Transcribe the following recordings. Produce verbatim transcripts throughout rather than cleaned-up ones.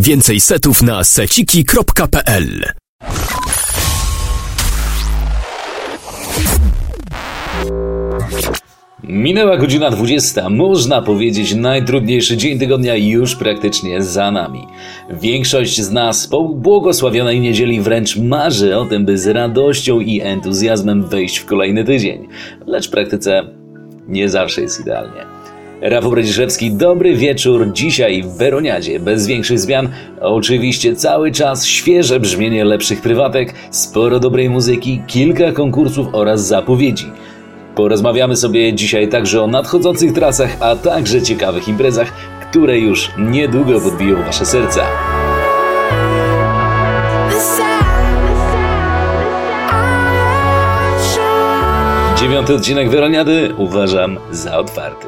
Więcej setów na seciki kropka p l. Minęła godzina dwudziesta, można powiedzieć najtrudniejszy dzień tygodnia już praktycznie za nami. Większość z nas po błogosławionej niedzieli wręcz marzy o tym, by z radością i entuzjazmem wejść w kolejny tydzień. Lecz w praktyce nie zawsze jest idealnie. Rafał Bradziszewski, dobry wieczór. Dzisiaj w Weroniadzie, bez większych zmian, oczywiście cały czas świeże brzmienie lepszych prywatek, sporo dobrej muzyki, kilka konkursów oraz zapowiedzi. Porozmawiamy sobie dzisiaj także o nadchodzących trasach, a także ciekawych imprezach, które już niedługo podbiją wasze serca. Dziewiąty odcinek Weroniady uważam za otwarty.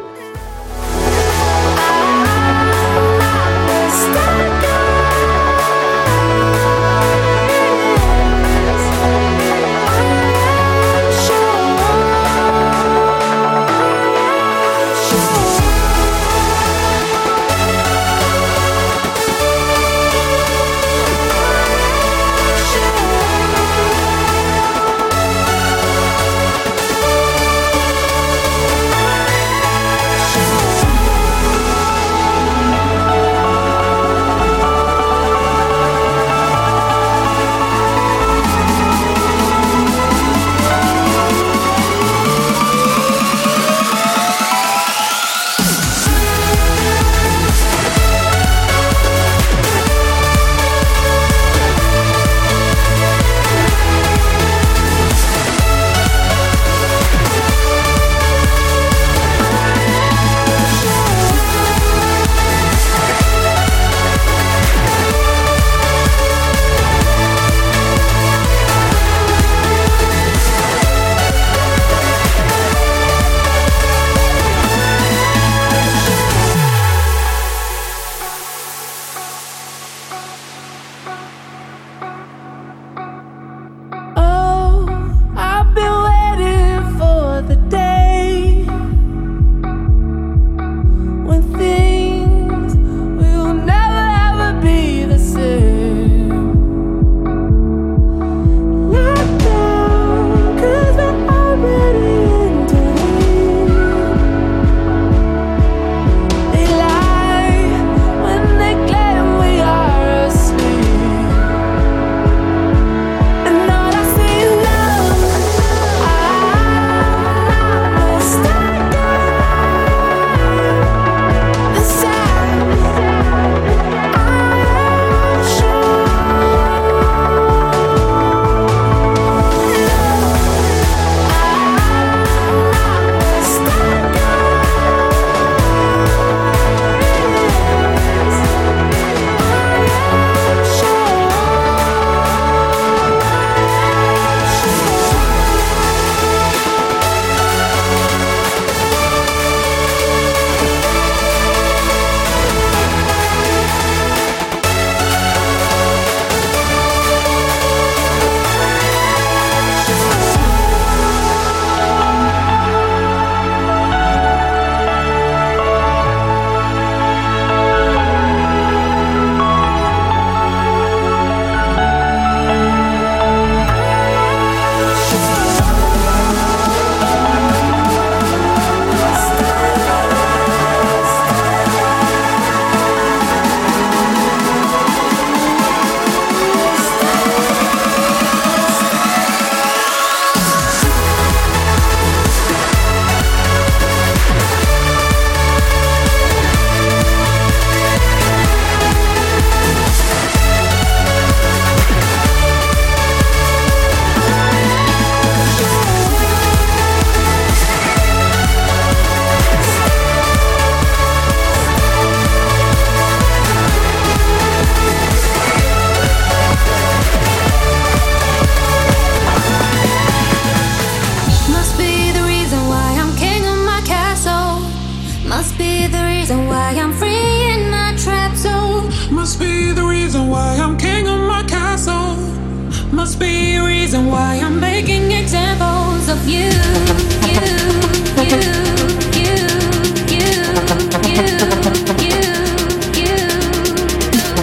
Must be a reason why I'm making examples of you, you, you, you, you, you, you, you, you.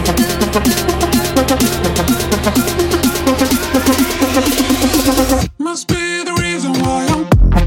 Must be the reason why I'm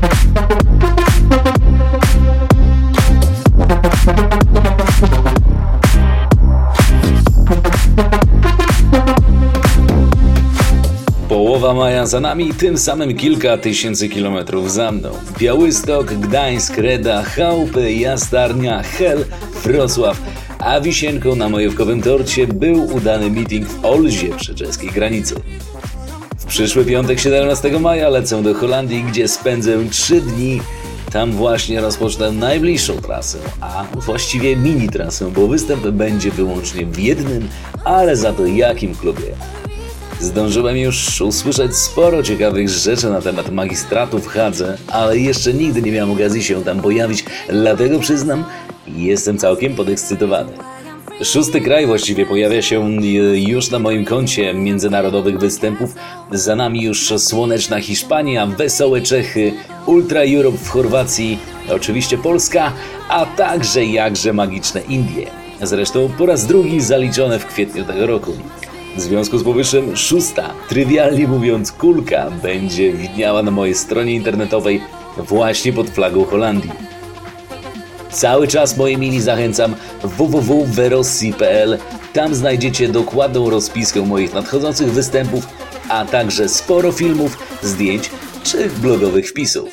Połowa maja za nami i tym samym kilka tysięcy kilometrów za mną. Białystok, Gdańsk, Reda, Chałupy, Jastarnia, Hel, Wrocław, a wisienką na majówkowym torcie był udany meeting w Olzie przy czeskiej granicy. W przyszły piątek siedemnastego maja lecę do Holandii, gdzie spędzę trzy dni. Tam właśnie rozpocznę najbliższą trasę, a właściwie mini trasę, bo występ będzie wyłącznie w jednym, ale za to jakim klubie. Zdążyłem już usłyszeć sporo ciekawych rzeczy na temat magistratu w Hadze, ale jeszcze nigdy nie miałem okazji się tam pojawić, dlatego przyznam, jestem całkiem podekscytowany. Szósty kraj właściwie pojawia się już na moim koncie międzynarodowych występów. Za nami już słoneczna Hiszpania, wesołe Czechy, Ultra Europe w Chorwacji, oczywiście Polska, a także jakże magiczne Indie. Zresztą po raz drugi zaliczone w kwietniu tego roku. W związku z powyższym szósta, trywialnie mówiąc kulka, będzie widniała na mojej stronie internetowej właśnie pod flagą Holandii. Cały czas moje mili zachęcam w w w kropka verossi kropka p l. Tam znajdziecie dokładną rozpiskę moich nadchodzących występów, a także sporo filmów, zdjęć czy blogowych wpisów.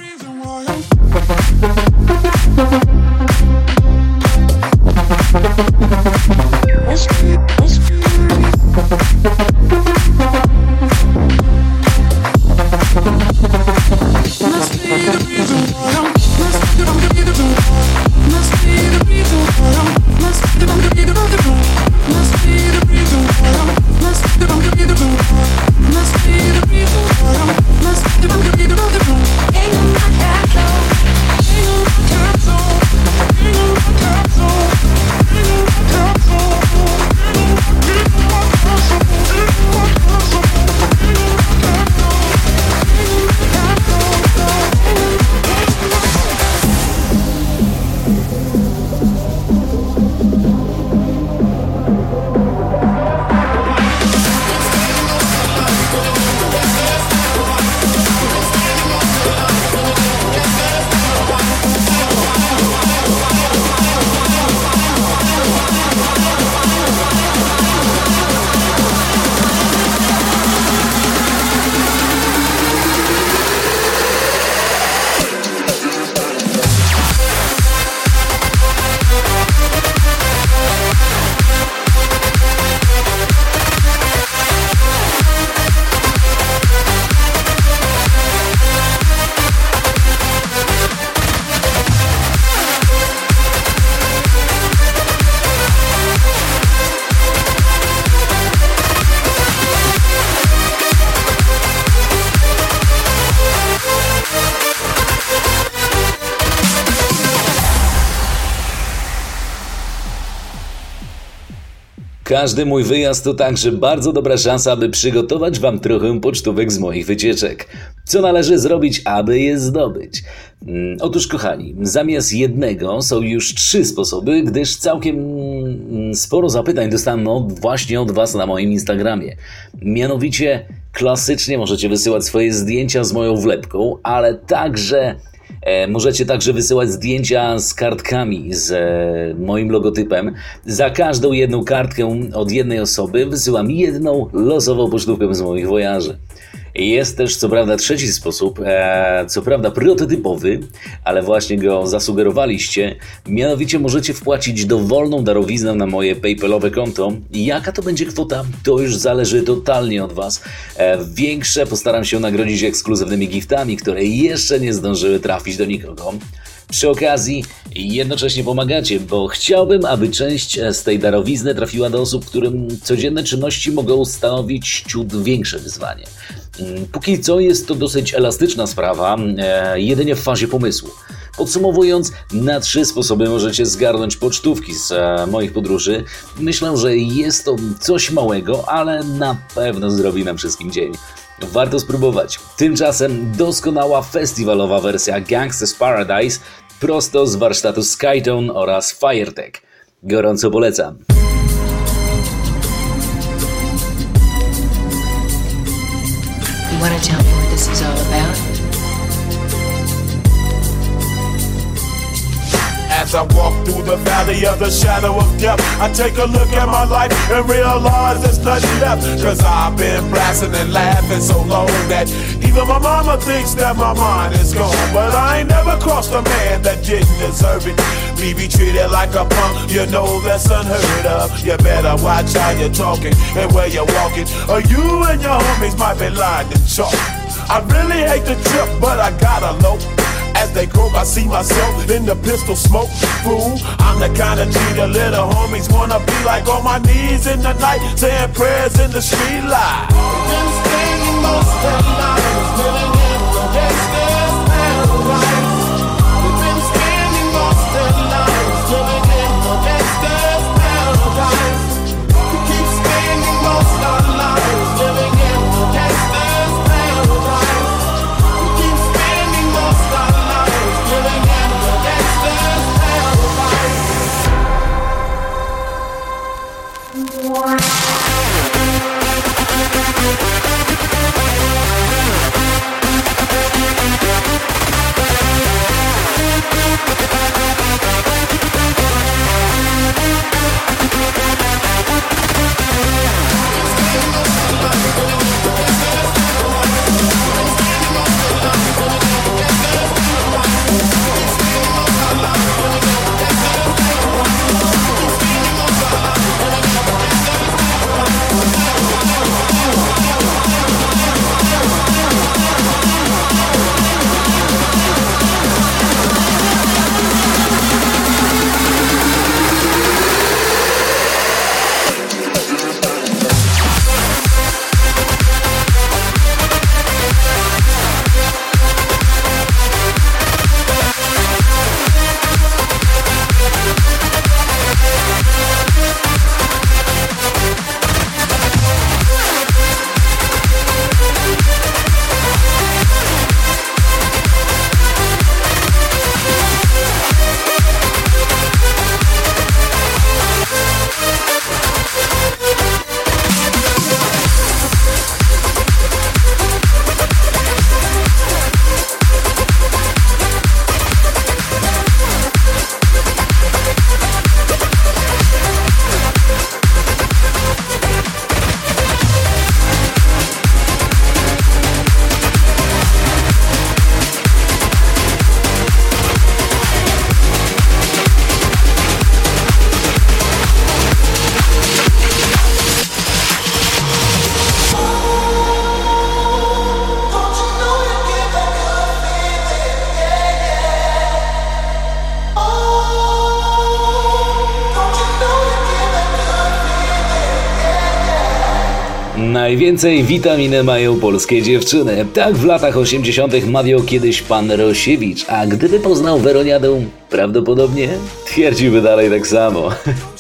Każdy mój wyjazd to także bardzo dobra szansa, aby przygotować Wam trochę pocztówek z moich wycieczek. Co należy zrobić, aby je zdobyć? Hmm, otóż kochani, zamiast jednego są już trzy sposoby, gdyż całkiem hmm, sporo zapytań dostałem od, właśnie od Was na moim Instagramie. Mianowicie klasycznie możecie wysyłać swoje zdjęcia z moją wlepką, ale także E, możecie także wysyłać zdjęcia z kartkami z e, moim logotypem. Za każdą jedną kartkę od jednej osoby wysyłam jedną losową pocztówkę z moich wojaży. Jest też co prawda trzeci sposób, e, co prawda prototypowy, ale właśnie go zasugerowaliście. Mianowicie możecie wpłacić dowolną darowiznę na moje PayPalowe konto. Jaka to będzie kwota, to już zależy totalnie od Was. E, większe postaram się nagrodzić ekskluzywnymi giftami, które jeszcze nie zdążyły trafić do nikogo. Przy okazji jednocześnie pomagacie, bo chciałbym, aby część z tej darowizny trafiła do osób, którym codzienne czynności mogą stanowić ciut większe wyzwanie. Póki co jest to dosyć elastyczna sprawa, e, jedynie w fazie pomysłu. Podsumowując, na trzy sposoby możecie zgarnąć pocztówki z e, moich podróży. Myślę, że jest to coś małego, ale na pewno zrobi nam wszystkim dzień. Warto spróbować. Tymczasem doskonała festiwalowa wersja Gangsta's Paradise prosto z warsztatu Skytone oraz Firetech. Gorąco polecam. You want to tell me what this is all about? As I walk through the valley of the shadow of death, I take a look at my life and realize there's nothing left. Cause I've been blasting and laughing so long that even my mama thinks that my mind is gone. But I ain't never crossed a man that didn't deserve it. Me be treated like a punk, you know that's unheard of. You better watch how you're talking and where you're walking, or you and your homies might be lying in chalk. I really hate the trip, but I gotta low. As they grow, I see myself in the pistol smoke. Fool, I'm the kind of G the little homies wanna be like, on my knees in the night, saying prayers in the street light. Been spending most of their lives living in the gangster's paradise. We've been spending most of their lives living in the gangster's paradise. We keep spending most of our lives living in the gangster's paradise. We keep spending most of our lives living in the gangster's paradise. Najwięcej witaminy mają polskie dziewczyny. Tak w latach osiemdziesiątych mawiał kiedyś pan Rosiewicz, a gdyby poznał Weroniadę, prawdopodobnie twierdziłby dalej tak samo.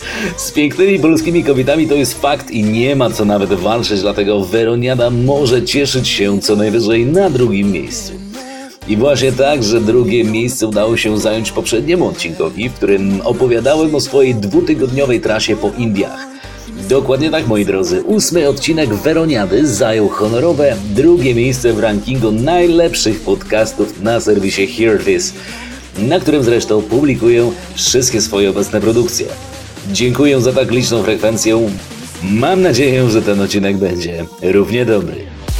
Z pięknymi polskimi kobietami to jest fakt i nie ma co nawet walczyć, dlatego Weroniada może cieszyć się co najwyżej na drugim miejscu. I właśnie tak, że drugie miejsce udało się zająć poprzedniemu odcinkowi, w którym opowiadałem o swojej dwutygodniowej trasie po Indiach. Dokładnie tak, moi drodzy, ósmy odcinek Weroniady zajął honorowe drugie miejsce w rankingu najlepszych podcastów na serwisie Hear This, na którym zresztą publikuję wszystkie swoje obecne produkcje. Dziękuję za tak liczną frekwencję. Mam nadzieję, że ten odcinek będzie równie dobry.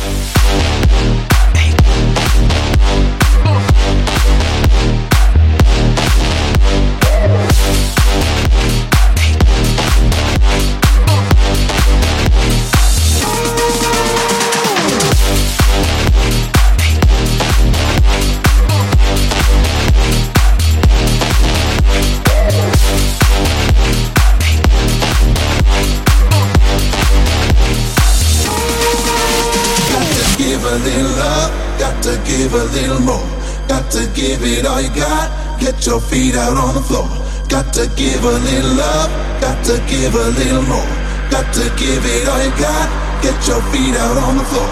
Give a little more, got to give it all you got, get your feet out on the floor. Got to give a little love, got to give a little more, got to give it all you got, get your feet out on the floor.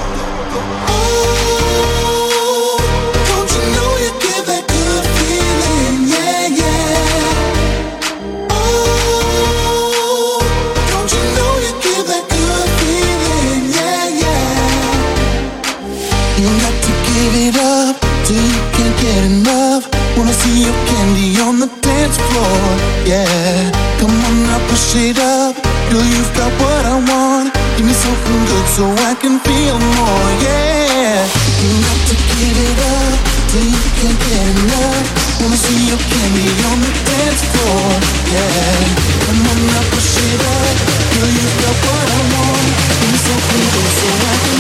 Oh, don't you know you give that good feeling, yeah, yeah. Oh, don't you know you give that good feeling, yeah, yeah. up. Girl, you've got what I want. Give me something good so I can feel more, yeah. You got to give it up till you can't get enough. Wanna see your candy on the dance floor, yeah. Come on now, push it up. Girl, you've got what I want. Give me something good so I can.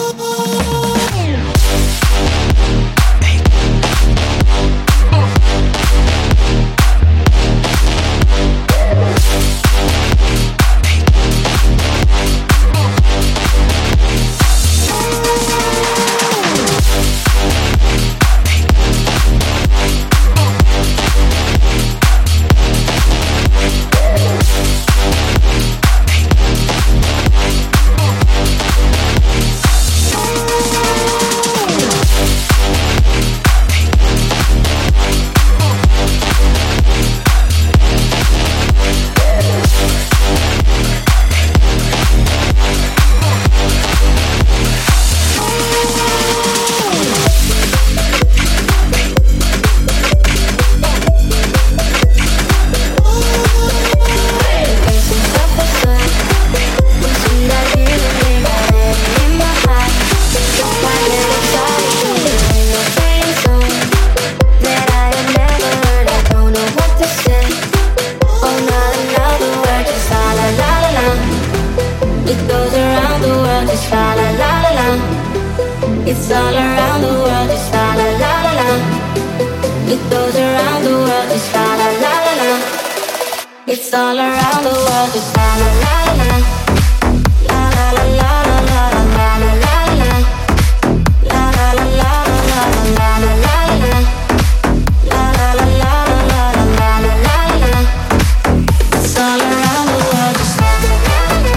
It's all around the world, just la la la la la. It goes around the world, just la la la la la. It's all around the world, just la la la la la. La la la la la la la la la la. La la la la la la la la la la. La la la la la la la la la. It's all around the world, just la la la la.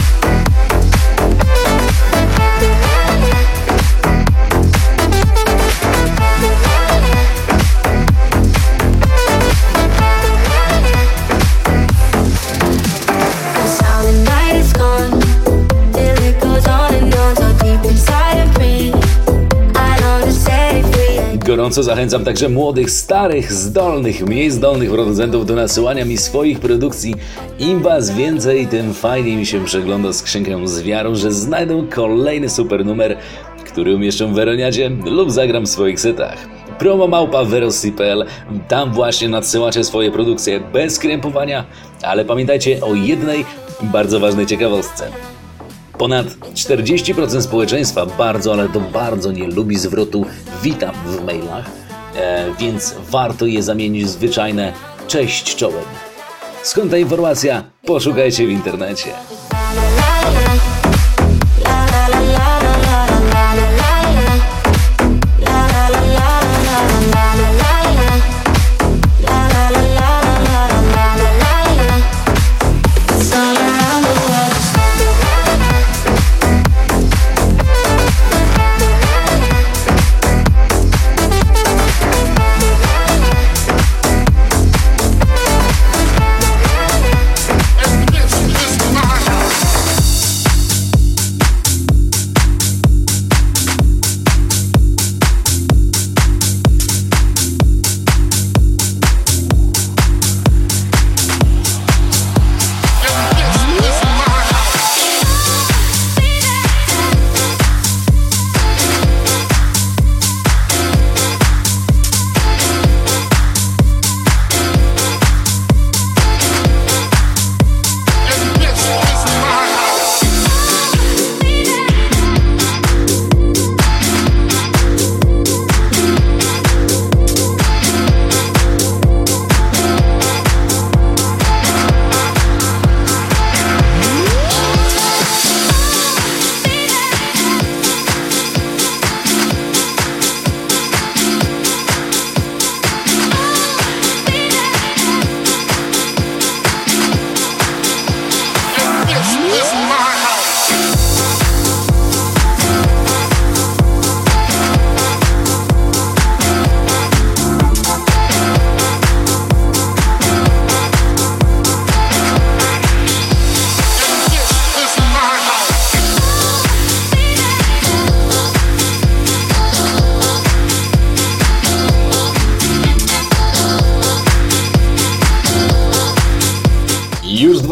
Gorąco zachęcam także młodych, starych, zdolnych, mniej zdolnych producentów do nasyłania mi swoich produkcji. Im was więcej, tym fajniej mi się przegląda skrzynkę z wiarą, że znajdę kolejny super numer, który umieszczę w Weroniadzie lub zagram w swoich setach. Promo małpa verosi kropka p l, tam właśnie nadsyłacie swoje produkcje bez krępowania, ale pamiętajcie o jednej bardzo ważnej ciekawostce. Ponad czterdzieści procent społeczeństwa bardzo, ale to bardzo nie lubi zwrotu witam w mailach, e, więc warto je zamienić w zwyczajne cześć czołem. Skąd ta informacja? Poszukajcie w internecie.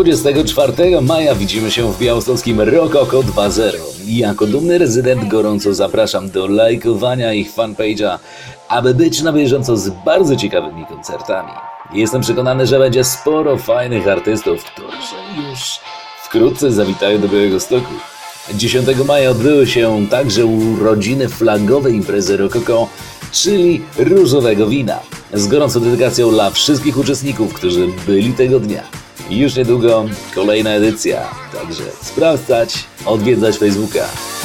dwudziestego czwartego maja widzimy się w białostockim Rokoko dwa zero. Jako dumny rezydent gorąco zapraszam do lajkowania ich fanpage'a, aby być na bieżąco z bardzo ciekawymi koncertami. Jestem przekonany, że będzie sporo fajnych artystów, którzy już wkrótce zawitają do Białegostoku. dziesiątego maja odbyły się także urodziny flagowej imprezy Rokoko, czyli różowego wina. Z gorącą dedykacją dla wszystkich uczestników, którzy byli tego dnia. Już niedługo kolejna edycja, także sprawdzać, odwiedzać Facebooka.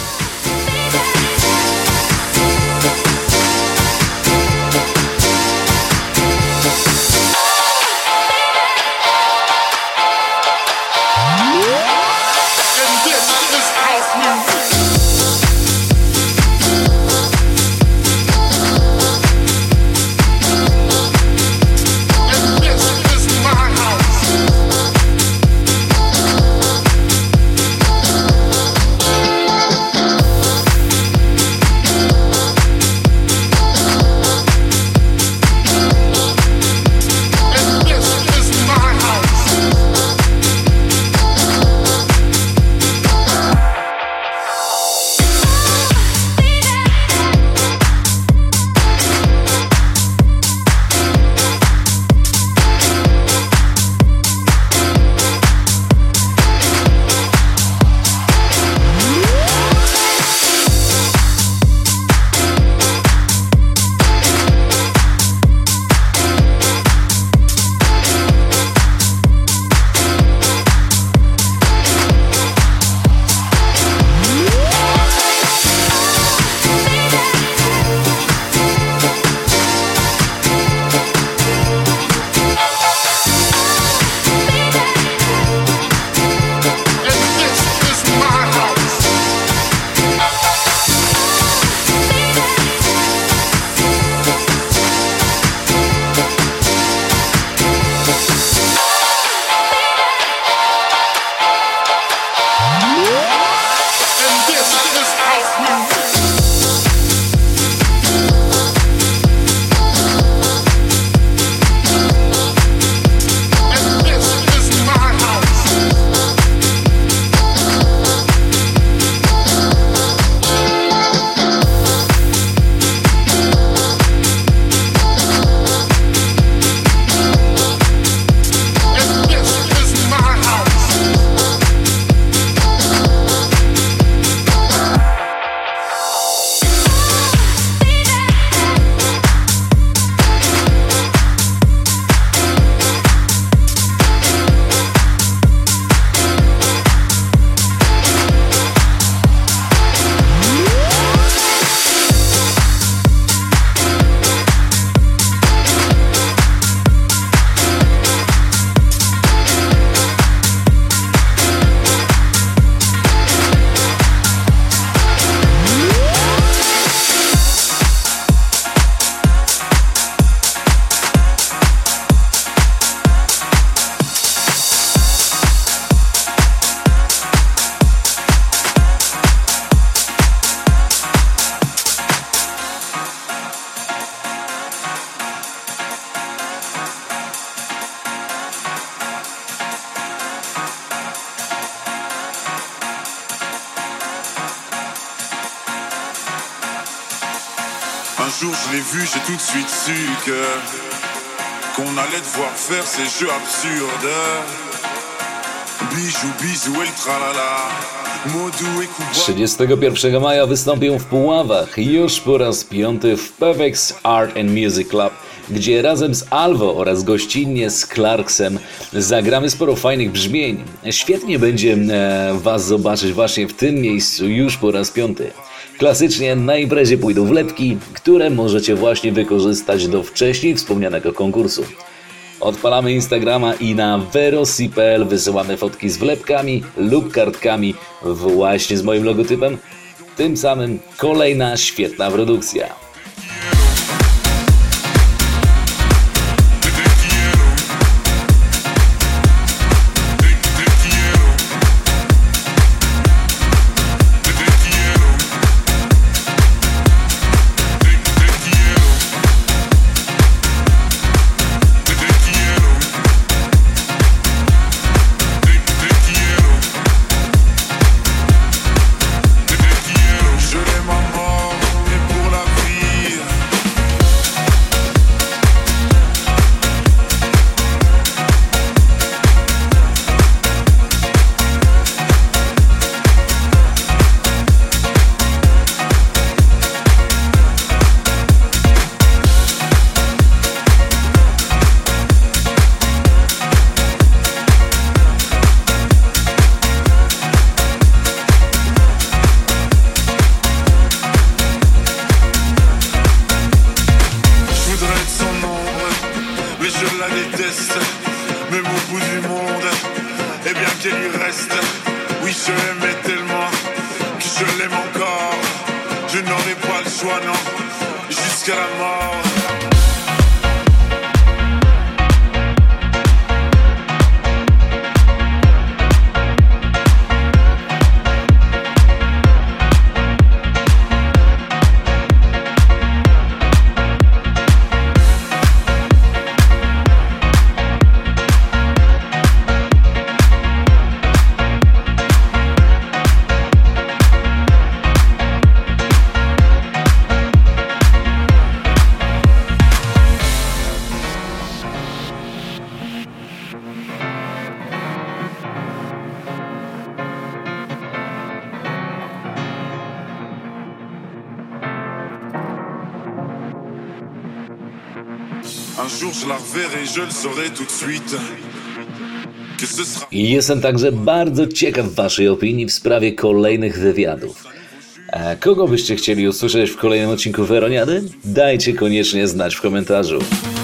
Un jour je l'ai vu, j'ai tout de suite su que qu'on allait devoir faire ces jeux absurdes. Bijou, bisou et le tralala. trzydziestego pierwszego maja wystąpię w Puławach już po raz piąty w Pewex Art and Music Club, gdzie razem z Alvo oraz gościnnie z Clarksem zagramy sporo fajnych brzmień. Świetnie będzie e, Was zobaczyć właśnie w tym miejscu już po raz piąty. Klasycznie na imprezie pójdą wlepki, które możecie właśnie wykorzystać do wcześniej wspomnianego konkursu. Odpalamy Instagrama i na verosi kropka p l wysyłamy fotki z wlepkami lub kartkami właśnie z moim logotypem. Tym samym kolejna świetna produkcja. je l'aimais tellement que je l'aime encore. Je n'aurai pas le choix, non, jusqu'à la mort. Un jour je la reverrai, je le saurai tout de suite. Que ce sera... Jestem także bardzo ciekaw waszej opinii w sprawie kolejnych wywiadów. A kogo byście chcieli usłyszeć w kolejnym odcinku Weroniady? Dajcie koniecznie znać w komentarzu.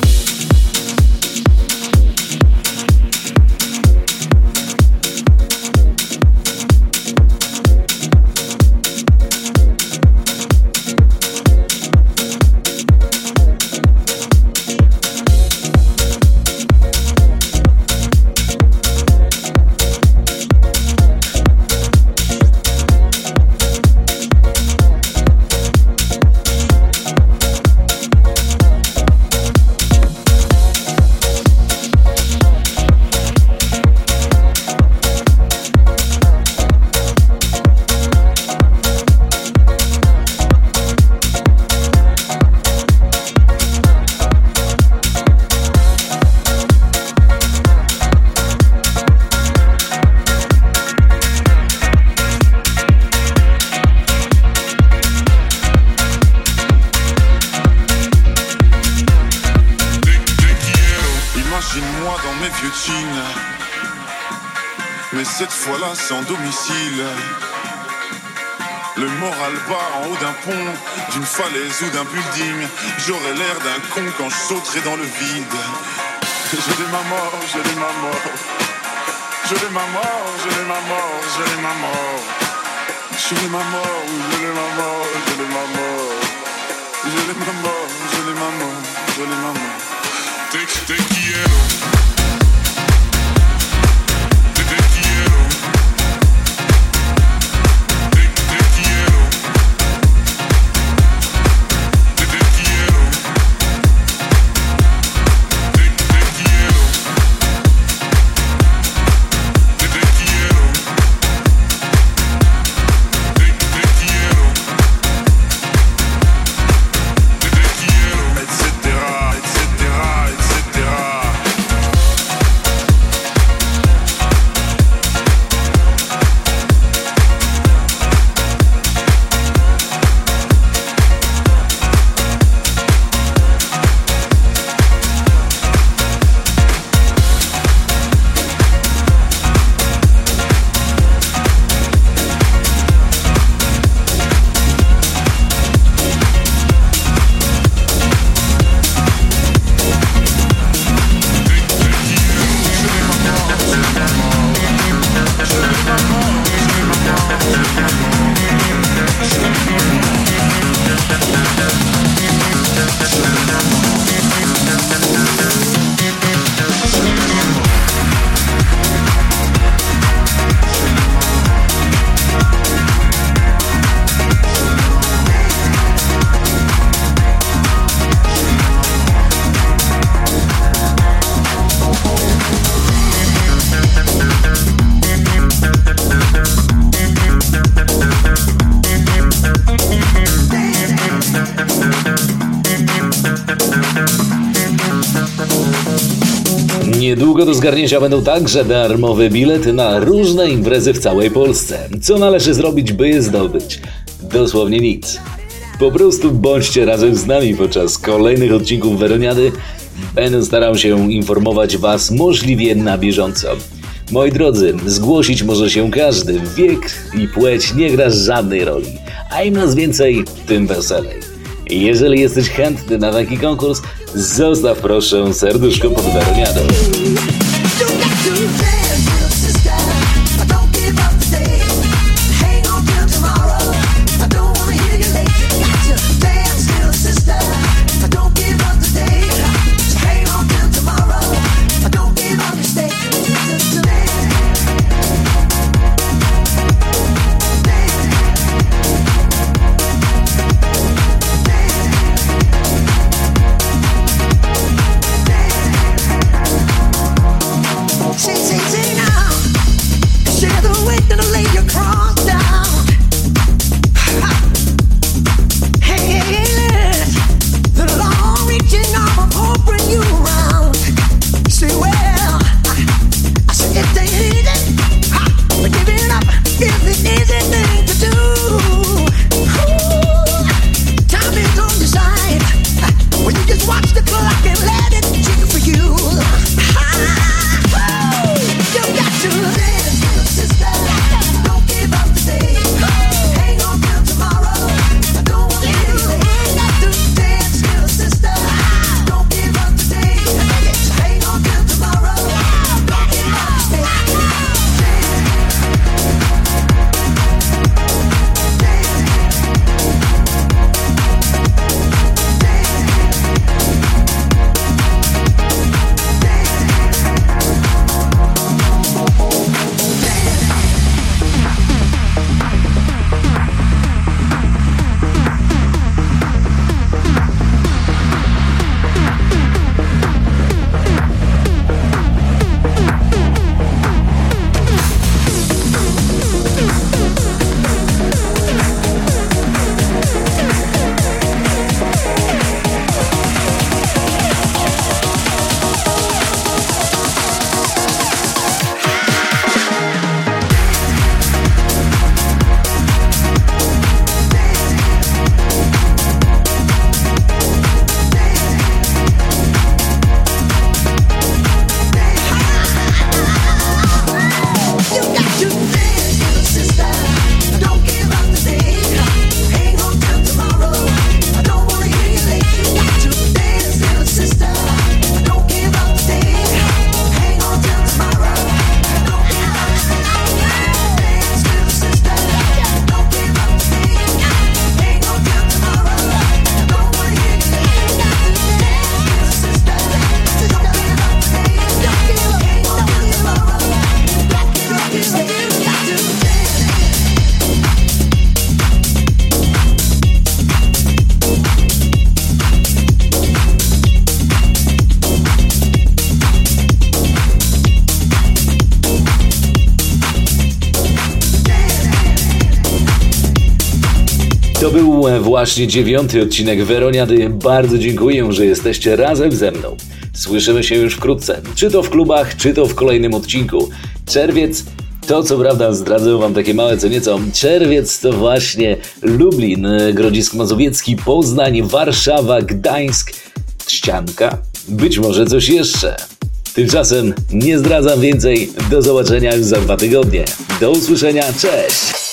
Imagine-moi dans mes vieux jeans, mais cette fois-là sans domicile. Le moral bas en haut d'un pont, d'une falaise ou d'un building. J'aurais l'air d'un con quand je sauterai dans le vide. Je l'ai ma mort, je l'ai ma mort. Je l'ai ma mort, je l'ai ma mort, je l'ai ma mort. Je l'ai ma mort, je l'ai ma mort, je l'ai ma mort. Je l'ai ma mort, je l'ai ma mort, je l'ai ma mort. Te, te quiero. Te, te quiero. Te, te quiero. Te, te quiero. Te, te quiero. Te, te quiero. Te, te quiero. Te, te quiero. Etcétera, etcétera, etcétera. Niedługo do zgarnięcia będą także darmowe bilety na różne imprezy w całej Polsce. Co należy zrobić, by je zdobyć? Dosłownie nic. Po prostu bądźcie razem z nami podczas kolejnych odcinków Weroniady. Będę starał się informować was możliwie na bieżąco. Moi drodzy, zgłosić może się każdy. Wiek i płeć nie gra żadnej roli. A im nas więcej, tym weselej. Jeżeli jesteś chętny na taki konkurs, zostaw proszę serduszko pod Weroniadą. You got to dance, sister. Don't give up, stay. To był właśnie dziewiąty odcinek Weroniady. Bardzo dziękuję, że jesteście razem ze mną. Słyszymy się już wkrótce, czy to w klubach, czy to w kolejnym odcinku. Czerwiec, to co prawda zdradzę wam takie małe co nieco, czerwiec to właśnie Lublin, Grodzisk Mazowiecki, Poznań, Warszawa, Gdańsk, Trzcianka, być może coś jeszcze. Tymczasem nie zdradzam więcej, do zobaczenia już za dwa tygodnie. Do usłyszenia, cześć!